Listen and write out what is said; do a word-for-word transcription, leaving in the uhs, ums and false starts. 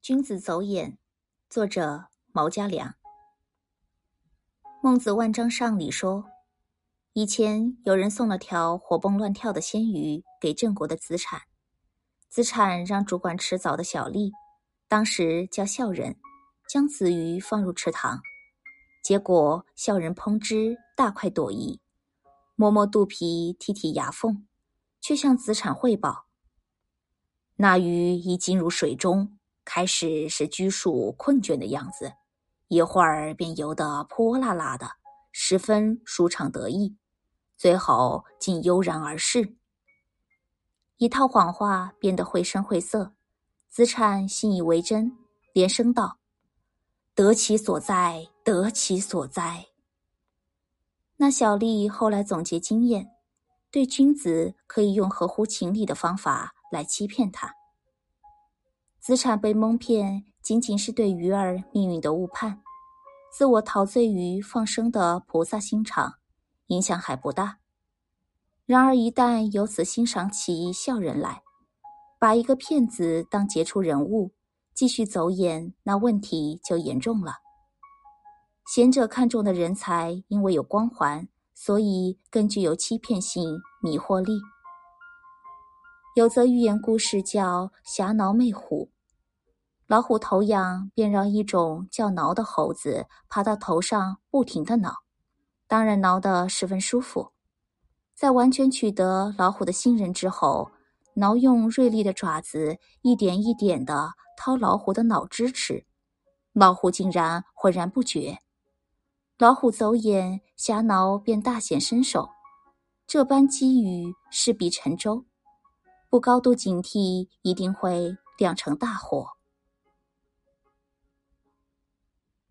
君子走眼，作者毛家良。孟子万章上里说，以前有人送了条活蹦乱跳的鲜鱼给郑国的子产，子产让主管吃早的小吏，当时叫孝人，将此鱼放入池塘，结果孝人烹之，大快朵颐，摸摸肚皮，剔剔牙缝，却向子产汇报，那鱼一进入水中，开始是拘束困倦的样子，一会儿便游得泼辣辣的，十分舒畅得意，最后竟悠然而逝。一套谎话变得绘声绘色，子产信以为真，连声道：得其所在，得其所在。那小吏后来总结经验，对君子可以用合乎情理的方法来欺骗他。子产被蒙骗，仅仅是对鱼儿命运的误判，自我陶醉于放生的菩萨心肠，影响还不大。然而一旦由此欣赏起孝人来，把一个骗子当杰出人物，继续走眼，那问题就严重了。贤者看重的人才，因为有光环，所以更具有欺骗性、迷惑力。有则寓言故事叫侠挠媚虎，老虎头痒，便让一种叫挠的猴子爬到头上不停地挠，当然挠得十分舒服。在完全取得老虎的信任之后，挠用锐利的爪子一点一点地掏老虎的脑汁吃，老虎竟然浑然不觉。老虎走眼，侠挠便大显身手，这般机遇势必沉舟，不高度警惕，一定会酿成大祸。